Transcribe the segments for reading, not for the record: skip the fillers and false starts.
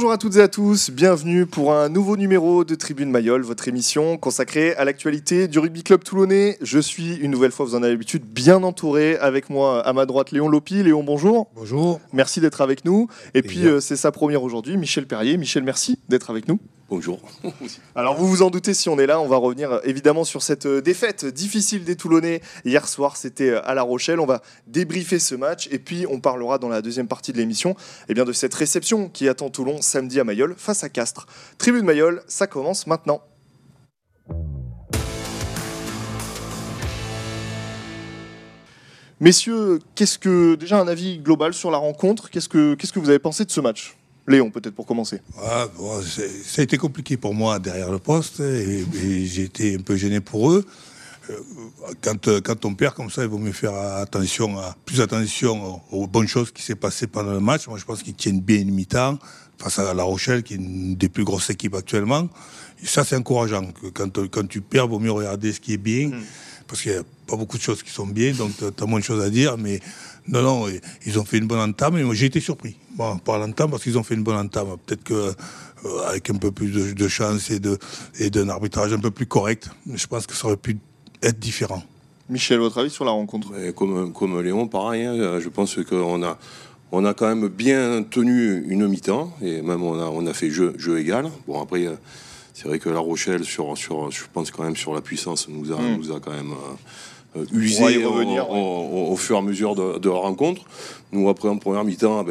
Bonjour à toutes et à tous, bienvenue pour un nouveau numéro de Tribune Mayol, votre émission consacrée à l'actualité du rugby club toulonnais. Je suis une nouvelle fois, vous en avez l'habitude, bien entouré. Avec moi à ma droite Léon Lopi. Léon, bonjour. Bonjour. Merci d'être avec nous. Et puis c'est sa première aujourd'hui, Michel Perrier. Michel, merci d'être avec nous. Bonjour. Alors vous vous en doutez, si on est là, on va revenir évidemment sur cette défaite difficile des Toulonnais. Hier soir, c'était à La Rochelle. On va débriefer ce match et puis on parlera dans la deuxième partie de l'émission de cette réception qui attend Toulon samedi à Mayol face à Castres. Tribune Mayol, ça commence maintenant. Messieurs, déjà un avis global sur la rencontre, qu'est-ce que vous avez pensé de ce match ? Léon, peut-être pour commencer. Ça a été compliqué pour moi derrière le poste et j'ai été un peu gêné pour eux. Quand on perd comme ça, il vaut mieux faire plus attention aux bonnes choses qui s'est passées pendant le match. Moi, je pense qu'ils tiennent bien une mi-temps face à La Rochelle, qui est une des plus grosses équipes actuellement. Et ça, c'est encourageant. Quand tu perds, il vaut mieux regarder ce qui est bien. Parce qu'il n'y a pas beaucoup de choses qui sont bien, donc tu as moins de choses à dire. Mais non, ils ont fait une bonne entame. Et moi, j'ai été surpris par l'entame, parce qu'ils ont fait une bonne entame. Peut-être qu'avec un peu plus de chance et d'un arbitrage un peu plus correct, je pense que ça aurait pu être différent. Michel, votre avis sur la rencontre ? Comme Léon, pareil. Je pense qu'on a quand même bien tenu une mi-temps. Et même on a fait jeu égal. Bon, après... C'est vrai que La Rochelle, je pense quand même sur la puissance, nous a quand même usé au fur et à mesure de la rencontre. Nous, après, en première mi-temps,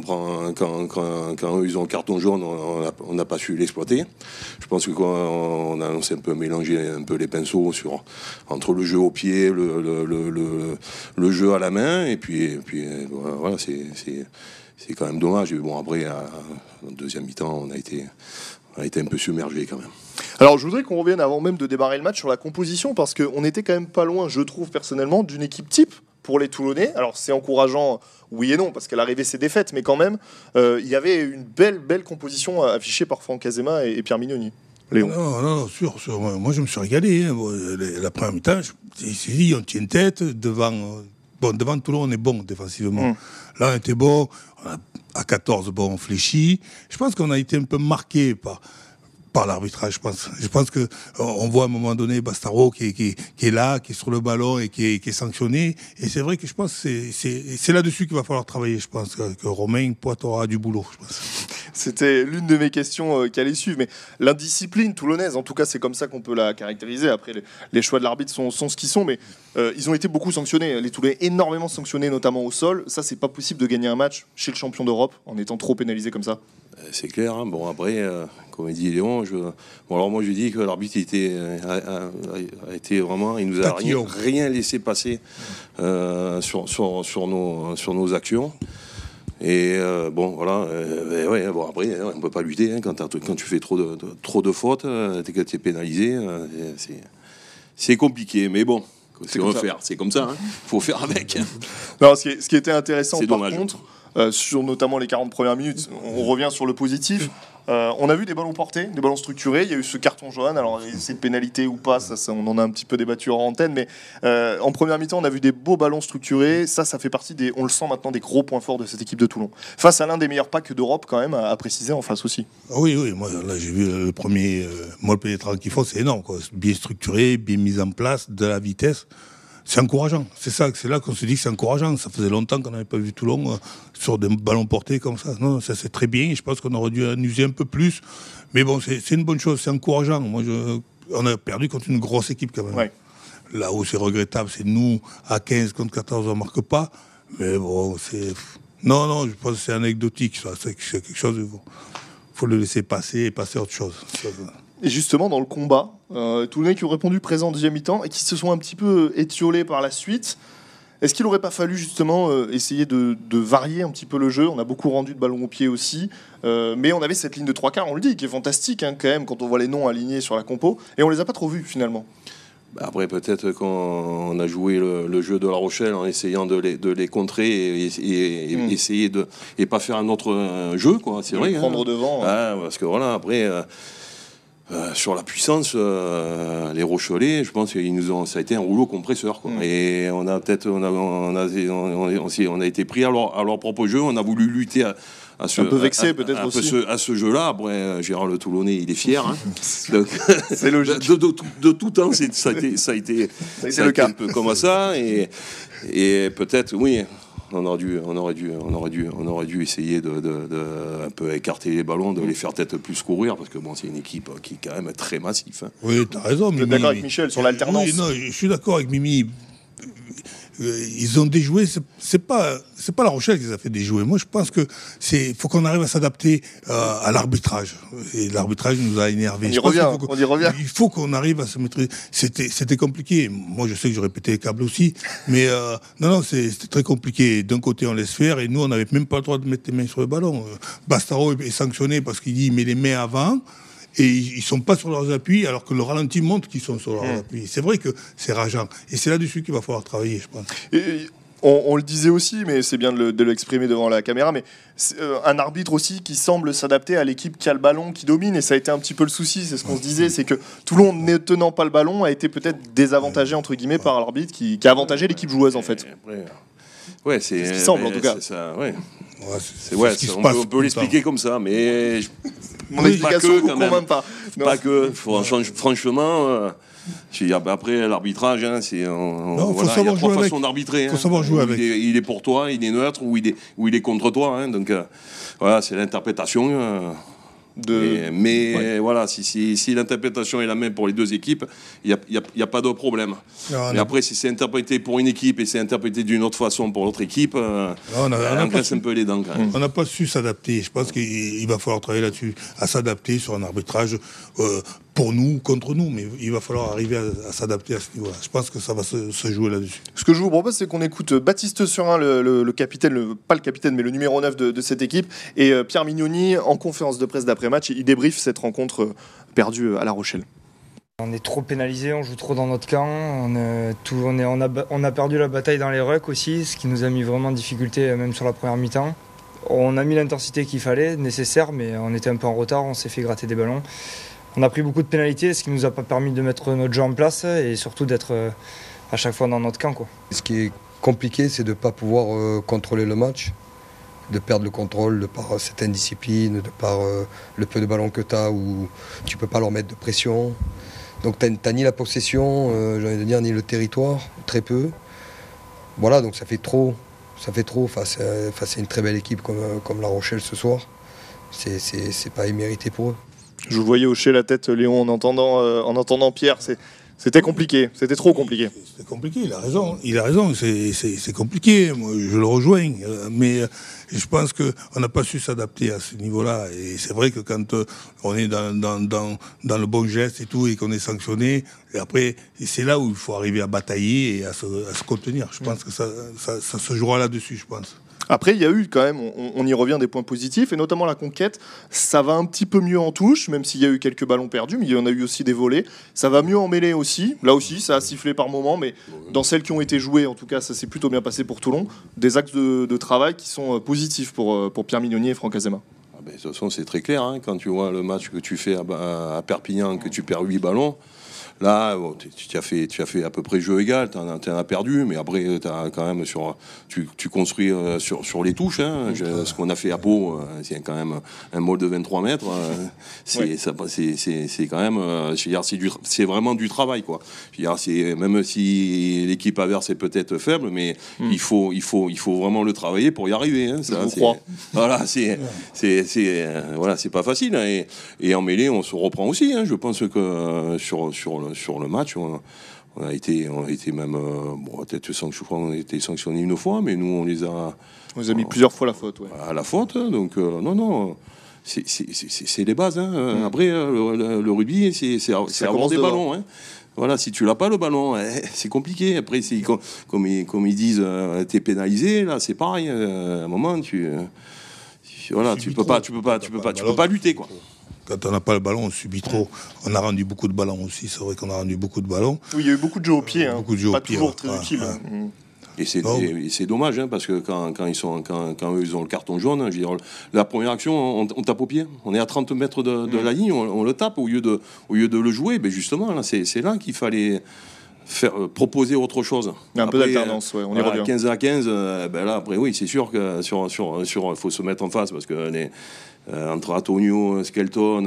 quand eux, ils ont carton jaune, on n'a pas su l'exploiter. Je pense qu'on a un peu mélangé un peu les pinceaux entre le jeu au pied, le jeu à la main, et puis voilà, c'est quand même dommage. Et bon, après, en deuxième mi-temps, on a été un peu submergé quand même. Alors je voudrais qu'on revienne avant même de démarrer le match sur la composition, parce qu'on était quand même pas loin, je trouve personnellement, d'une équipe type pour les Toulonnais. Alors c'est encourageant, oui et non, parce qu'à l'arrivée c'est défaite, mais quand même, il y avait une belle composition affichée par Franck Azema et Pierre Mignoni. Léon. Non, sûr. Moi je me suis régalé. La première mi-temps, j'ai dit, on tient tête devant Toulon, on est bon défensivement. Là on était bon. À 14, on fléchit. Je pense qu'on a été un peu marqué par l'arbitrage, je pense qu'on voit à un moment donné Bastaro qui est là, qui est sur le ballon et qui est sanctionné. Et c'est vrai que je pense que c'est là-dessus qu'il va falloir travailler. Je pense que Romain Poit aura du boulot. Je pense. C'était l'une de mes questions qui allait suivre. Mais l'indiscipline toulonnaise, en tout cas, c'est comme ça qu'on peut la caractériser. Après, les choix de l'arbitre sont ce qu'ils sont. Mais ils ont été beaucoup sanctionnés. Les Toulonnais énormément sanctionnés, notamment au sol. Ça, c'est pas possible de gagner un match chez le champion d'Europe en étant trop pénalisé comme ça. C'est clair. Hein. Bon, après, comme dit Léon, alors moi je dis que l'arbitre a été vraiment, il nous a rien laissé passer sur nos actions. Et voilà. Après, on peut pas lutter. Hein. Quand tu fais trop de fautes, que tu es pénalisé, c'est compliqué. Mais bon, c'est comme ça. Hein. Faut faire avec. Non, ce qui était intéressant, c'est par dommage. contre, sur notamment les 40 premières minutes, on revient sur le positif. On a vu des ballons portés, des ballons structurés. Il y a eu ce carton jaune. Alors, c'est de pénalité ou pas, ça, on en a un petit peu débattu en antenne. Mais en première mi-temps, on a vu des beaux ballons structurés. Ça fait partie on le sent maintenant, des gros points forts de cette équipe de Toulon. Face à l'un des meilleurs packs d'Europe, quand même, à préciser en face aussi. Oui. Moi, là, j'ai vu le premier molle pénétrant qu'ils font, c'est énorme, quoi. Bien structuré, bien mis en place, de la vitesse. C'est encourageant. C'est là qu'on se dit que c'est encourageant. Ça faisait longtemps qu'on n'avait pas vu Toulon sur des ballons portés comme ça. Non, ça c'est très bien. Je pense qu'on aurait dû en user un peu plus. Mais bon, c'est une bonne chose. C'est encourageant. On a perdu contre une grosse équipe quand même. Ouais. Là où c'est regrettable, c'est nous, à 15 contre 14, on ne marque pas. Mais bon, c'est... Non, je pense que c'est anecdotique. Ça. C'est quelque chose... Il faut le laisser passer et passer à autre chose. Et justement, dans le combat, Toulonnais qui ont répondu présent en deuxième mi-temps et qui se sont un petit peu étiolés par la suite. Est-ce qu'il n'aurait pas fallu justement essayer de varier un petit peu le jeu ? On a beaucoup rendu de ballons au pied aussi. Mais on avait cette ligne de 3/4, on le dit, qui est fantastique quand même, quand on voit les noms alignés sur la compo. Et on ne les a pas trop vus finalement. Après, peut-être qu'on a joué le jeu de La Rochelle en essayant de les contrer et essayer de... Et pas faire un autre jeu, quoi. C'est vrai. Prendre devant. Parce que voilà, après... sur la puissance, les Rochelais, je pense ça a été un rouleau compresseur, quoi. Et on a été pris à leur propre jeu. On a voulu lutter à ce, un peu vexé peut-être aussi à ce jeu-là. Après, Gérard Le Toulonnais, il est fier. Hein. Donc, c'est logique. De tout temps, ça a été le cas. Un peu comme ça. Et peut-être, oui. On aurait dû essayer de un peu écarter les ballons, de les faire peut-être plus courir, parce que bon, c'est une équipe qui est quand même très massif. Hein. Oui, tu as raison. Vous êtes d'accord avec Michel sur l'alternance? Oui, non, je suis d'accord avec Mimi. Ils ont déjoué, c'est pas La Rochelle qui les a fait déjouer. Moi, je pense que faut qu'on arrive à s'adapter à l'arbitrage. Et l'arbitrage nous a énervé. On y revient. Il faut qu'on arrive à se maîtriser. C'était compliqué. Moi, je sais que j'aurais pété les câbles aussi, mais non, c'était très compliqué. D'un côté, on laisse faire, et nous, on n'avait même pas le droit de mettre les mains sur le ballon. Bastaro est sanctionné parce qu'il dit il met les mains avant. Et ils sont pas sur leurs appuis, alors que le ralenti montre qu'ils sont sur leurs appuis. C'est vrai que c'est rageant. Et c'est là-dessus qu'il va falloir travailler, je pense. Et on le disait aussi, mais c'est bien de l'exprimer devant la caméra, mais un arbitre aussi qui semble s'adapter à l'équipe qui a le ballon, qui domine, et ça a été un petit peu le souci, c'est ce qu'on se disait, c'est que Toulon, ne tenant pas le ballon, a été peut-être désavantagé, entre guillemets, par l'arbitre qui a avantagé l'équipe joueuse, en fait. Ouais, c'est ce qui semble, en tout cas. On peut l'expliquer comme ça, mais... Mon explication ne vous convainc pas. Pas que, franchement, après l'arbitrage, hein, il y a trois façons d'arbitrer. Faut savoir jouer avec. Il est pour toi, il est neutre, ou il est contre toi. Hein, donc voilà, c'est l'interprétation. Mais voilà, si l'interprétation est la même pour les deux équipes, il n'y a pas de problème. Mais après, si c'est interprété pour une équipe et c'est interprété d'une autre façon pour l'autre équipe, on casse un peu les dents quand même. On n'a pas su s'adapter. Je pense qu'il va falloir travailler là-dessus, à s'adapter sur un arbitrage pour nous, contre nous, mais il va falloir arriver à s'adapter à ce niveau-là. Je pense que ça va se jouer là-dessus. Ce que je vous propose, c'est qu'on écoute Baptiste Surin, le capitaine, pas le capitaine, mais le numéro 9 de cette équipe, et Pierre Mignoni, en conférence de presse d'après-match, il débriefe cette rencontre perdue à La Rochelle. On est trop pénalisé, on joue trop dans notre camp, on a perdu la bataille dans les rucks aussi, ce qui nous a mis vraiment en difficulté, même sur la première mi-temps. On a mis l'intensité qu'il fallait, nécessaire, mais on était un peu en retard, on s'est fait gratter des ballons. On a pris beaucoup de pénalités, ce qui ne nous a pas permis de mettre notre jeu en place et surtout d'être à chaque fois dans notre camp, quoi. Ce qui est compliqué, c'est de ne pas pouvoir contrôler le match, de perdre le contrôle de par cette indiscipline, de par le peu de ballons que tu as où tu ne peux pas leur mettre de pression. Donc tu n'as ni la possession, j'ai envie de dire, ni le territoire, très peu. Voilà, donc ça fait trop face à une très belle équipe comme La Rochelle ce soir. C'est pas immérité pour eux. Je vous voyais hocher la tête, Léon, en entendant Pierre. C'était compliqué, c'était trop compliqué. C'est compliqué, il a raison, c'est compliqué, moi, je le rejoins, mais je pense qu'on n'a pas su s'adapter à ce niveau-là, et c'est vrai que quand on est dans le bon geste et tout, et qu'on est sanctionné, et après, c'est là où il faut arriver à batailler et à se contenir. Je pense que ça se jouera là-dessus, je pense. Après, il y a eu quand même, on y revient, des points positifs, et notamment la conquête. Ça va un petit peu mieux en touche, même s'il y a eu quelques ballons perdus, mais il y en a eu aussi des volés. Ça va mieux en mêlée aussi. Là aussi, ça a sifflé par moments, mais dans celles qui ont été jouées, en tout cas, ça s'est plutôt bien passé pour Toulon. Des axes de travail qui sont positifs pour Pierre Mignoni et Franck Azema. De toute façon, c'est très clair. Hein, quand tu vois le match que tu fais à Perpignan, que tu perds 8 ballons, là, bon, tu as fait à peu près jeu égal, tu en as perdu, mais après, quand même tu construis sur les touches. Hein. Ce qu'on a fait à Pau, c'est quand même un mall de 23 mètres. C'est quand même, c'est vraiment du travail, quoi. Même si l'équipe adverse est peut-être faible, mais il faut vraiment le travailler pour y arriver. Hein. Ça, voilà, c'est pas facile. Hein. Et en mêlée, on se reprend aussi. Hein. Je pense que sur le match, on a été même peut-être je crois qu'on a été sanctionné une fois, mais nous on les a mis plusieurs fois la faute. Ouais. À la faute, donc non, c'est les bases. Hein. Après le rugby, c'est avoir des ballons. Hein. Voilà, si tu l'as pas le ballon, c'est compliqué. Après, comme ils disent, t'es pénalisé. Là, c'est pareil. À un moment, tu peux pas lutter, quoi. Quand on n'a pas le ballon, on subit trop. On a rendu beaucoup de ballons aussi. C'est vrai qu'on a rendu beaucoup de ballons. Oui, il y a eu beaucoup de jeux au pied. Hein. Beaucoup de jeux pas au pied, toujours très utile. Et c'est dommage, hein, parce que quand eux, ils ont le carton jaune, je veux dire, la première action, on tape au pied. On est à 30 mètres de la ligne, on le tape au lieu de le jouer. Ben justement, là, c'est là qu'il fallait proposer autre chose. Un peu d'alternance, on y revient. 15 à 15, ben là, après, oui, c'est sûr que il faut se mettre en face, parce que entre Antonio, Skelton,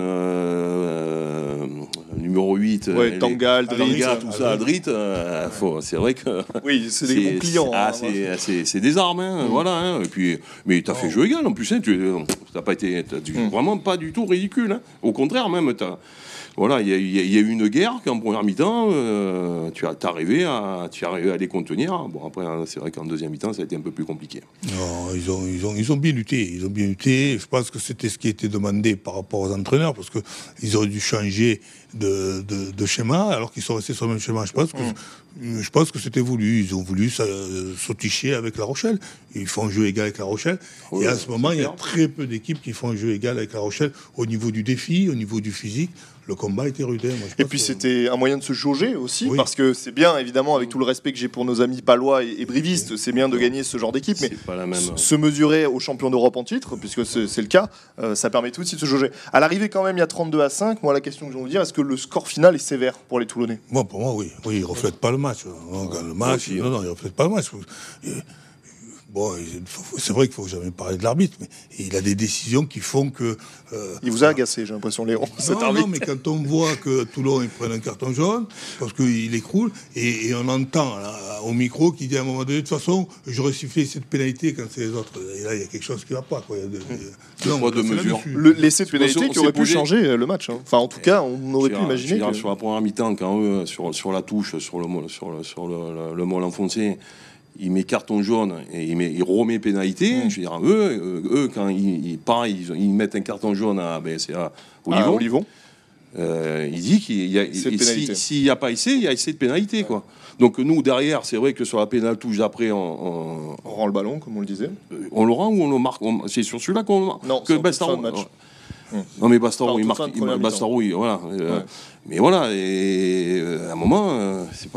numéro 8, Tanga, Aldrit, tout ça, Aldrit, c'est vrai que... Oui, c'est des bons clients. C'est des armes, hein, voilà. Hein, et puis, mais tu as fait jeu égal, en plus, hein, tu n'as pas été vraiment pas du tout ridicule. Hein. Au contraire, même, voilà, il y a eu une guerre qu'en première mi-temps, tu es arrivé à les contenir. Bon, après, c'est vrai qu'en deuxième mi-temps, ça a été un peu plus compliqué. Non, ils ont bien lutté. Ils ont bien lutté. Je pense que c'était ce qui était demandé par rapport aux entraîneurs, parce qu'ils auraient dû changer de schéma, alors qu'ils sont restés sur le même schéma. Je pense que c'était voulu. Ils ont voulu s'auticher avec La Rochelle. Ils font un jeu égal avec La Rochelle. Oui, et à ce moment, il y a très peu d'équipes qui font un jeu égal avec La Rochelle au niveau du défi, au niveau du physique. Le combat était rude. Et puis c'était un moyen de se jauger aussi, parce que c'est bien, évidemment, avec tout le respect que j'ai pour nos amis palois et brivistes, c'est bien de gagner ce genre d'équipe, mais se mesurer aux champions d'Europe en titre, puisque c'est le cas, ça permet tout aussi de se jauger. À l'arrivée, quand même, il y a 32-5. Moi, la question que je vais vous dire, est-ce que le score final est sévère pour les Toulonnais ? Pour moi, oui. Oui, il ne reflète pas le match. Donc, le match, il ne reflète pas le match. Bon, c'est vrai qu'il ne faut jamais parler de l'arbitre, mais il a des décisions qui font que... il vous a agacé, j'ai l'impression, Léon, cet arbitre. Non, mais quand on voit que Toulon, ils prennent un carton jaune, parce qu'il écroule, et on entend là, au micro qui dit à un moment donné, de toute façon, j'aurais sifflé cette pénalité quand c'est les autres. Et là, il y a quelque chose qui ne va pas. Quoi. Pas de mesure. L'essai de pénalité qui aurait pu changer le match. Hein. Enfin, en tout cas, on aurait pu imaginer que... Sur la première mi-temps, quand eux, sur la touche, sur le môle enfoncé, il met carton jaune et il remet pénalité. Je veux dire, eux quand ils mettent un carton jaune à Olivon. Il dit qu'il y a s'il n'y a pas essai, il y a essai de pénalité, quoi. Donc nous derrière, c'est vrai que sur la pénale touche d'après, on rend le ballon, comme on le disait. On le rend ou on le marque. C'est sur celui-là qu'on le marque. Non, c'est en match. Non mais Bastareaud, il marque. Bastareaud, voilà. Mais voilà, et à un moment, c'est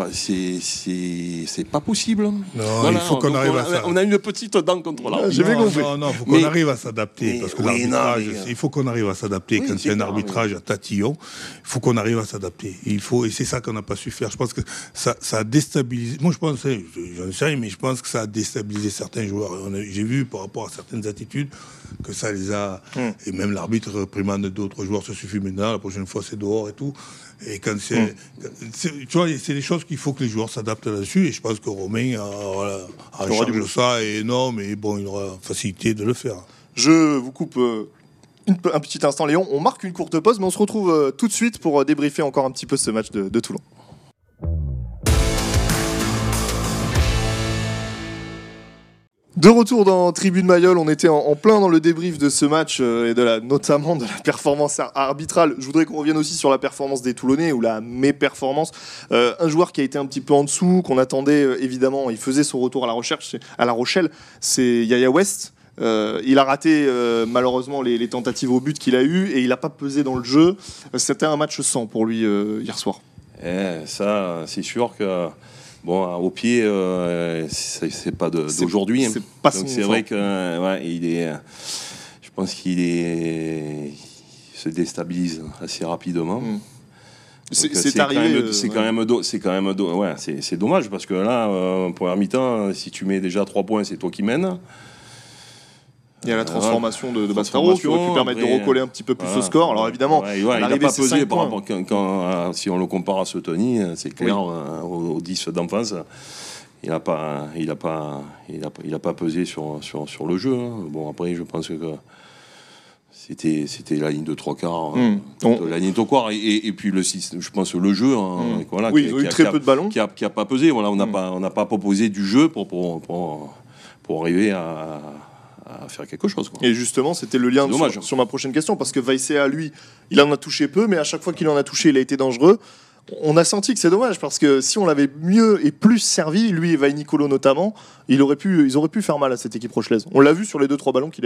pas possible. Non, voilà, il faut qu'on arrive à ça. On a une petite dent contre l'arbitre. J'ai bien compris. Non, il faut qu'on arrive à s'adapter. Parce que l'arbitrage, il faut qu'on arrive à s'adapter. Quand il y a un arbitrage à tatillon, il faut qu'on arrive à s'adapter. Et c'est ça qu'on n'a pas su faire. Je pense que ça a déstabilisé. Moi, je pense, j'en sais rien, mais je pense que ça a déstabilisé certains joueurs. J'ai vu par rapport à certaines attitudes que ça les a. Et même l'arbitre réprimande d'autres joueurs, ça suffit maintenant, la prochaine fois c'est dehors et tout. Et quand tu vois, c'est des choses qu'il faut que les joueurs s'adaptent là-dessus. Et je pense que Romain a charge de ça est énorme, et bon, il aura facilité de le faire. Je vous coupe un petit instant, Léon. On marque une courte pause, mais on se retrouve tout de suite pour débriefer encore un petit peu ce match de Toulon. De retour dans Tribune Mayol, on était en plein dans le débrief de ce match et notamment de la performance arbitrale. Je voudrais qu'on revienne aussi sur la performance des Toulonnais ou la méperformance. Un joueur qui a été un petit peu en dessous, qu'on attendait évidemment, il faisait son retour à La Rochelle, c'est Yaya West. Il a raté malheureusement les tentatives au but qu'il a eues et il n'a pas pesé dans le jeu. C'était un match sans pour lui hier soir. Ça, c'est sûr que... Bon, au pied, c'est pas d'aujourd'hui. C'est pas son Donc c'est vrai que je pense qu'il se déstabilise assez rapidement. C'est arrivé. C'est dommage parce que là, en première mi-temps, si tu mets déjà 3 points, c'est toi qui mènes. Il y a la transformation de Bastareaud qui aurait pu permettre de recoller un petit peu plus au score. Alors évidemment, il n'a pas pesé par rapport si on le compare à ce Tony, c'est clair, au 10 d'enfance, il n'a pas pesé sur le jeu. Hein. Bon, après, je pense que c'était la ligne de 3/4, la ligne de 3/4 et puis je pense le jeu. Hein, voilà, ils ont eu très peu de ballons. Qui a pas pesé. Voilà, on n'a pas proposé du jeu pour arriver à faire quelque chose, quoi. Et justement, c'était le lien sur ma prochaine question, parce que Vaïséa, lui, il en a touché peu, mais à chaque fois qu'il en a touché, il a été dangereux. On a senti que c'est dommage, parce que si on l'avait mieux et plus servi, lui et Vaï Nicolo notamment, ils auraient pu faire mal à cette équipe rochelaise. On l'a vu sur les 2-3 ballons qu'il a eu.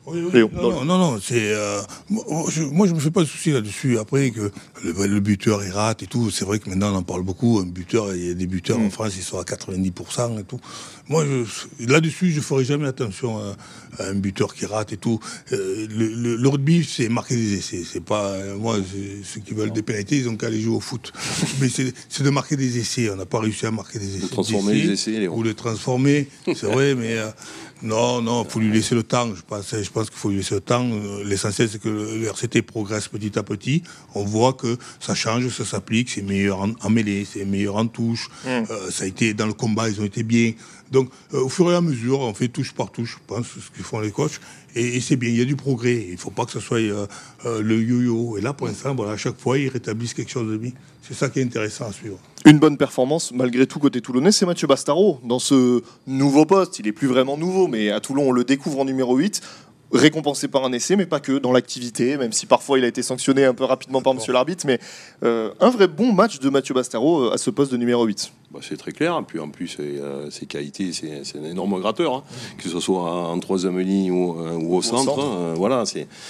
Oui, oui. Léo, Non, c'est. Moi, je me fais pas de soucis là-dessus. Après, que le buteur, il rate et tout. C'est vrai que maintenant, on en parle beaucoup. Un buteur, il y a des buteurs en France, ils sont à 90% et tout. Moi, là-dessus, je ferai jamais attention à un buteur qui rate et tout. Le rugby, c'est marquer des essais. C'est pas. Moi, ceux qui veulent des pénalités, ils ont qu'à aller jouer au foot. Mais c'est de marquer des essais. On n'a pas réussi à marquer des essais. De transformer les essais, Léon. Ou les transformer, c'est vrai, mais. Non, il faut lui laisser le temps. Je pense qu'il faut lui laisser le temps. L'essentiel, c'est que le RCT progresse petit à petit. On voit que ça change, ça s'applique. C'est meilleur en mêlée, c'est meilleur en touche. Ça a été dans le combat, ils ont été bien. Donc, au fur et à mesure, on fait touche par touche, je pense, ce qu'ils font les coachs. Et c'est bien, il y a du progrès. Il ne faut pas que ce soit le yo-yo. Et là, pour l'instant, voilà, à chaque fois, ils rétablissent quelque chose de bien. C'est ça qui est intéressant à suivre. Une bonne performance, malgré tout, côté toulonnais, c'est Mathieu Bastaro. Dans ce nouveau poste, il n'est plus vraiment nouveau, mais à Toulon, on le découvre en numéro 8, récompensé par un essai, mais pas que, dans l'activité, même si parfois il a été sanctionné un peu rapidement par monsieur l'arbitre. Mais un vrai bon match de Mathieu Bastaro à ce poste de numéro 8. Bah, c'est très clair, et puis en plus, ses qualités, c'est un énorme gratteur, hein. Que ce soit en troisième ligne ou au centre. Voilà,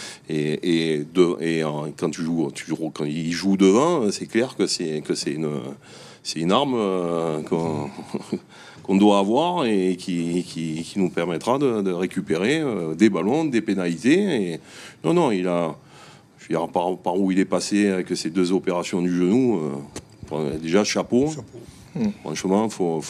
quand il joue devant, c'est clair que c'est une arme qu'on doit avoir et qui nous permettra de récupérer des ballons, des pénalités. Et non, il a, je veux dire, par où il est passé avec ces deux opérations du genou, déjà chapeau. Franchement,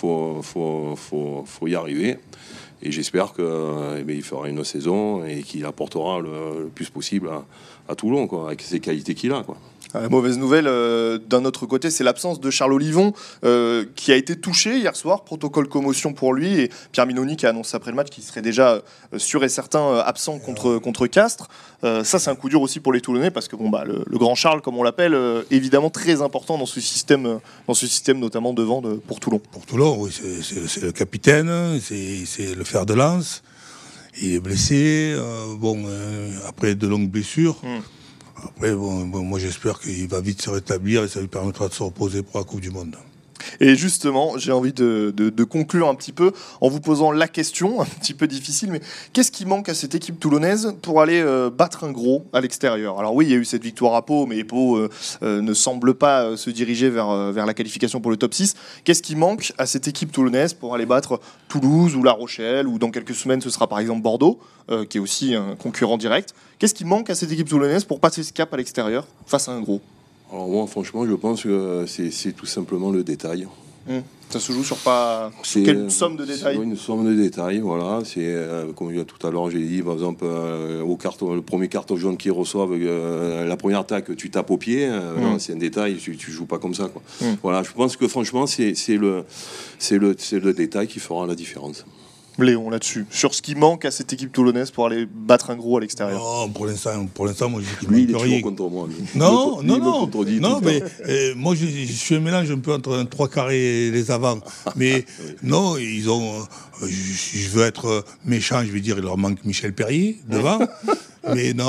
faut y arriver. Et j'espère qu'il fera une saison et qu'il apportera le plus possible à Toulon, quoi, avec ses qualités qu'il a, quoi. La mauvaise nouvelle, d'un autre côté, c'est l'absence de Charles Olivon, qui a été touché hier soir, protocole commotion pour lui, et Pierre Minoni qui a annoncé après le match qu'il serait déjà sûr et certain absent contre Castres. Ça, c'est un coup dur aussi pour les Toulonnais, parce que le grand Charles, comme on l'appelle, évidemment très important dans ce système notamment devant pour Toulon. Pour Toulon, oui, c'est le capitaine, c'est le fer de lance. Il est blessé, après de longues blessures. Après, moi j'espère qu'il va vite se rétablir et ça lui permettra de se reposer pour la Coupe du Monde. Et justement, j'ai envie de conclure un petit peu en vous posant la question, un petit peu difficile, mais qu'est-ce qui manque à cette équipe toulonnaise pour aller battre un gros à l'extérieur ? Alors oui, il y a eu cette victoire à Pau, mais Pau ne semble pas se diriger vers la qualification pour le top 6. Qu'est-ce qui manque à cette équipe toulonnaise pour aller battre Toulouse ou La Rochelle, ou dans quelques semaines ce sera par exemple Bordeaux, qui est aussi un concurrent direct. Qu'est-ce qui manque à cette équipe toulonnaise pour passer ce cap à l'extérieur face à un gros ? Alors moi, franchement, je pense que c'est tout simplement le détail. Ça se joue sur quelle somme de détails ? Une somme de détails, voilà. C'est comme tout à l'heure, j'ai dit, par exemple, le premier carton jaune qu'ils reçoivent, la première attaque, tu tapes au pied. Non, c'est un détail, tu joues pas comme ça, quoi. Voilà, je pense que franchement, c'est le détail qui fera la différence. Léon, là-dessus, sur ce qui manque à cette équipe toulonnaise pour aller battre un gros à l'extérieur. Non, pour l'instant, moi je dis qu'il lui, il est manque rien. toujours contre moi. Non, mais moi je suis un mélange un peu entre un trois carrés et les avants. Mais non, ils ont. Je veux être méchant, je vais dire, il leur manque Michel Perrier devant. Mais il y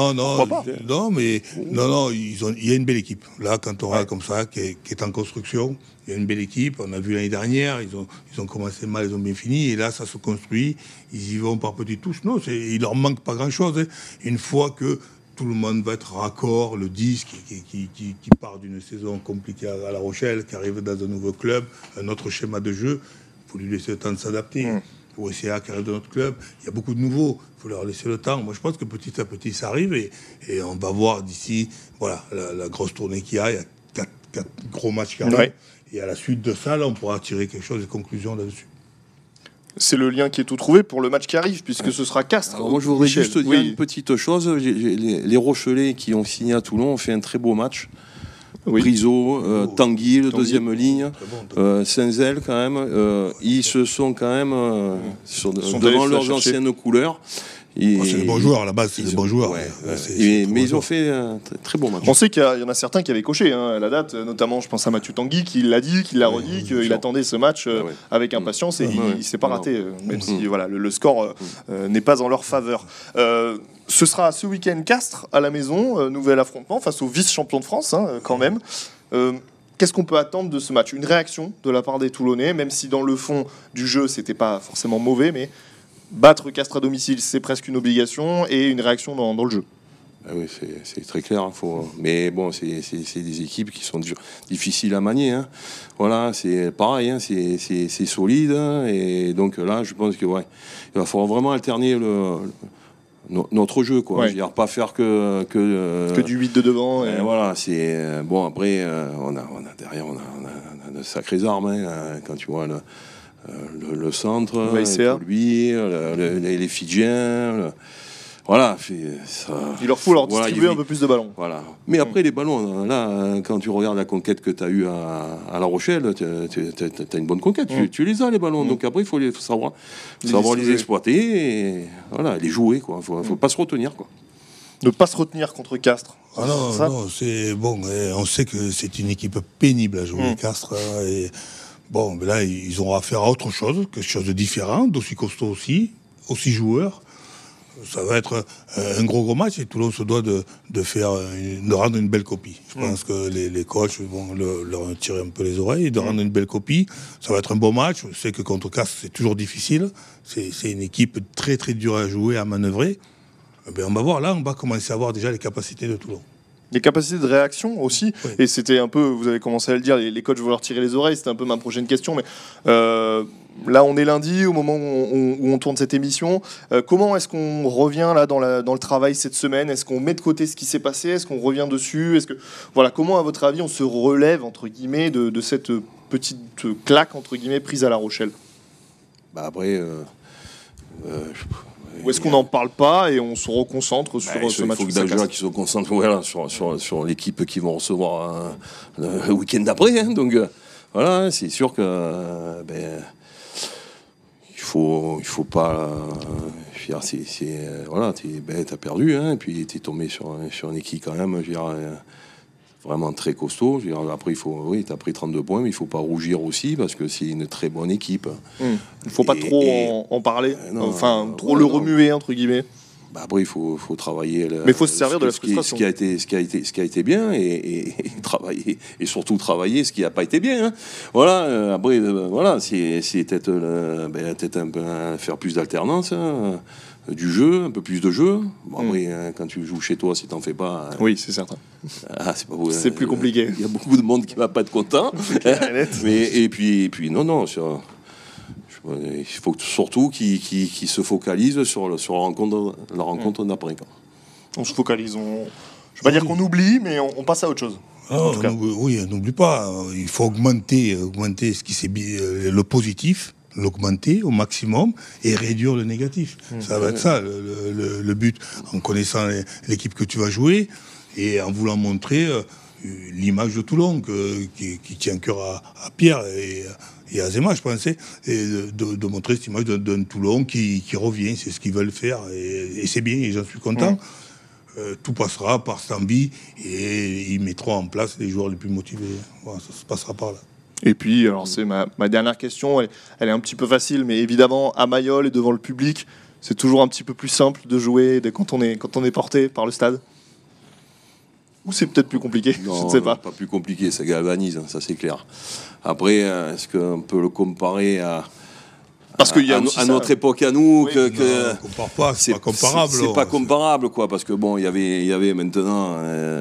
a une belle équipe. Là, quand on regarde comme ça, qui est en construction, il y a une belle équipe. On a vu l'année dernière, ils ont commencé mal, ils ont bien fini. Et là, ça se construit. Ils y vont par petites touches. Non, il leur manque pas grand-chose. Hein. Une fois que tout le monde va être raccord, le 10 qui part d'une saison compliquée à La Rochelle, qui arrive dans un nouveau club, un autre schéma de jeu, il faut lui laisser le temps de s'adapter. Au SCA qui arrive de notre club, il y a beaucoup de nouveaux, il faut leur laisser le temps. Moi je pense que petit à petit ça arrive et on va voir d'ici la grosse tournée qu'il y a 4 gros matchs qui arrivent. Ouais. Et à la suite de ça, là, on pourra tirer quelque chose, des conclusions là-dessus. C'est le lien qui est tout trouvé pour le match qui arrive, puisque ce sera Castres. Alors moi je voudrais juste dire une petite chose, les Rochelais qui ont signé à Toulon ont fait un très beau match. Priso, Tanguy, deuxième ligne, Saint-Zel quand même, ils se sont quand même devant leurs anciennes couleurs. C'est des bons joueurs à la base, c'est des bons joueurs. Mais ils ont fait un très bon match. On sait qu'il y en a certains qui avaient coché à la date, notamment je pense à Mathieu Tanguy qui l'a dit, qui l'a redit, qu'il attendait ce match avec impatience et il ne s'est pas raté, même si le score n'est pas en leur faveur. Ce sera ce week-end Castres à la maison, nouvel affrontement face au vice-champion de France quand même. Qu'est-ce qu'on peut attendre de ce match ? Une réaction de la part des Toulonnais, même si dans le fond du jeu c'était pas forcément mauvais, mais battre Castres à domicile, c'est presque une obligation, et une réaction dans le jeu. Ah oui, c'est très clair. Mais bon, c'est des équipes qui sont difficiles à manier. Hein. Voilà, c'est pareil, hein, c'est solide. Hein, et donc là, je pense que il va falloir vraiment alterner notre jeu, quoi. Ouais. Je veux dire, pas faire que du 8 de devant. Et... Voilà, c'est bon. Après, on a derrière, on a de sacrées armes. Hein, quand tu vois le centre, lui, les Fidjiens. Voilà, ça, il leur faut leur distribuer un peu plus de ballons. Voilà. Mais après, les ballons, là, quand tu regardes la conquête que tu as eue à La Rochelle, tu as une bonne conquête. Tu les as, les ballons. Donc après, il faut savoir les exploiter et voilà, les jouer. Il ne faut pas se retenir. Quoi. Ne pas se retenir contre Castres. Ah non, c'est bon. On sait que c'est une équipe pénible à jouer, Castres. Et bon, mais là, ils auront affaire à autre chose, quelque chose de différent, d'aussi costaud aussi joueur. Ça va être un gros match et Toulon se doit de rendre une belle copie. Je pense que les coachs vont leur tirer un peu les oreilles et de rendre une belle copie. Ça va être un bon match. Je sais que contre Castres, c'est toujours difficile. C'est une équipe très très dure à jouer, à manœuvrer. On va voir, là, on va commencer à voir déjà les capacités de Toulon. Les capacités de réaction aussi, et c'était un peu, vous avez commencé à le dire, les coachs vont leur tirer les oreilles, c'était un peu ma prochaine question, mais là on est lundi, au moment où on tourne cette émission, comment est-ce qu'on revient là dans le travail cette semaine? Est-ce qu'on met de côté ce qui s'est passé? Est-ce qu'on revient dessus? Comment à votre avis on se relève entre guillemets de cette petite claque entre guillemets prise à La Rochelle? Après... Ou est-ce qu'on n'en parle pas et on se reconcentre sur ce match? Il faut que déjà qu'ils se concentrent sur l'équipe qu'ils vont recevoir le week-end d'après. Hein, donc voilà, c'est sûr que il faut pas. T'as perdu, hein, et puis t'es tombé sur une équipe quand même. Je veux dire, vraiment très costaud. Je veux dire, après, t'as pris 32 points, mais il ne faut pas rougir aussi parce que c'est une très bonne équipe. Il ne faut pas trop en parler, trop le remuer, entre guillemets. Après, il faut travailler. Mais il faut se servir de la frustration. Ce qui a été bien et travailler. Et surtout travailler ce qui n'a pas été bien. Hein. Voilà, après, c'est peut-être un peu faire plus d'alternance. Hein. Du jeu, un peu plus de jeu. Bon, après, quand tu joues chez toi, si t'en fais pas... Oui, c'est certain. C'est plus compliqué. Il y a beaucoup de monde qui va pas être content. Et puis non, il faut surtout qu'ils se focalisent sur la rencontre d'après. On se focalise. Je ne vais pas dire qu'on oublie, mais on passe à autre chose. Oui, n'oublie pas. Il faut augmenter ce qui s'est le positif. L'augmenter au maximum et réduire le négatif. Ça va être ça le but, en connaissant l'équipe que tu vas jouer et en voulant montrer l'image de Toulon qui tient cœur à Pierre et à Zema, je pensais, et de montrer cette image d'un Toulon qui revient, c'est ce qu'ils veulent faire et c'est bien et j'en suis content. Tout passera par cette envie et ils mettront en place les joueurs les plus motivés. Voilà, ça se passera par là. Et puis, alors c'est ma dernière question, elle est un petit peu facile, mais évidemment, à Mayol et devant le public, c'est toujours un petit peu plus simple de jouer quand on est porté par le stade? Ou c'est peut-être plus compliqué? Non, je ne sais pas. Pas plus compliqué, ça galvanise, ça c'est clair. Après, est-ce qu'on peut le comparer à notre époque à nous, compare pas, c'est pas comparable. C'est pas comparable, quoi, parce que bon, il y avait maintenant.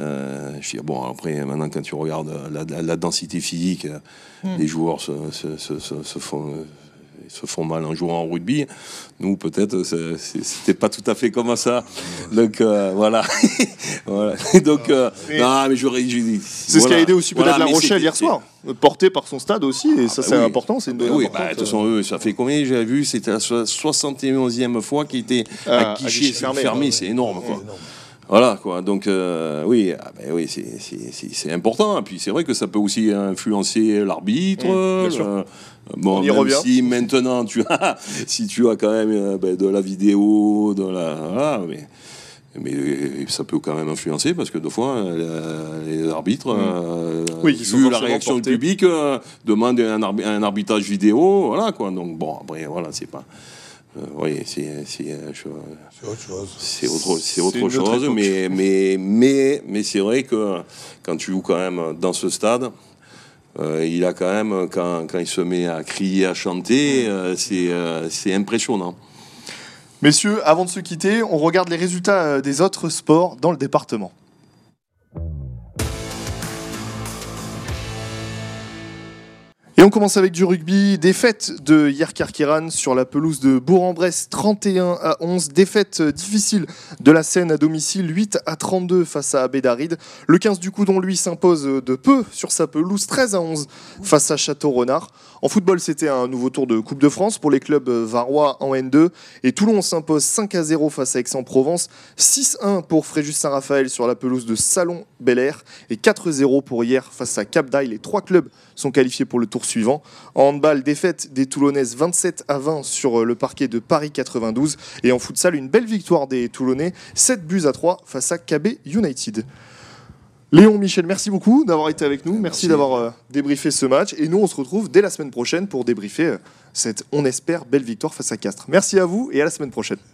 Après, maintenant, quand tu regardes la densité physique, les joueurs se font mal en jouant en rugby. Nous, peut-être, c'était pas tout à fait comme ça. Donc, voilà. Donc, non, mais c'est ce qui a aidé aussi peut-être La Rochelle hier soir. Porté par son stade aussi, et c'est important. C'est une de toute façon, eux, ça fait combien? J'avais vu, c'était la 71e fois qu'il était à guichet fermé. C'est énorme, quoi. Énorme. Voilà, quoi. Donc, c'est important. Et puis, c'est vrai que ça peut aussi influencer l'arbitre. Bon, on y revient. Si maintenant, si tu as quand même de la vidéo, mais ça peut quand même influencer parce que des fois, les arbitres, vu la réaction du public, demandent un arbitrage vidéo. Voilà, quoi. Donc, bon, après, voilà, c'est pas... c'est autre chose, mais c'est vrai que quand tu joues quand même dans ce stade, il a quand même, quand il se met à crier, à chanter, c'est impressionnant. Messieurs, avant de se quitter, on regarde les résultats des autres sports dans le département. Et on commence avec du rugby. Défaite de Yerkarkiran sur la pelouse de Bourg-en-Bresse, 31-11. Défaite difficile de la Seine à domicile, 8-32 face à Abédaride. Le 15 du Coudon, lui, s'impose de peu sur sa pelouse, 13-11 face à Château-Renard. En football, c'était un nouveau tour de Coupe de France pour les clubs varois en N2. Et Toulon s'impose 5-0 face à Aix-en-Provence, 6-1 pour Fréjus-Saint-Raphaël sur la pelouse de Salon-Bel-Air et 4-0 pour hier face à Cap-d'Aille. Les 3 clubs sont qualifiés pour le tour suivant. En handball, défaite des Toulonnaises 27-20 sur le parquet de Paris 92. Et en futsal, une belle victoire des Toulonnais, 7-3 face à KB United. Léon, Michel, merci beaucoup d'avoir été avec nous. Merci d'avoir débriefé ce match. Et nous, on se retrouve dès la semaine prochaine pour débriefer cette, on espère, belle victoire face à Castres. Merci à vous et à la semaine prochaine.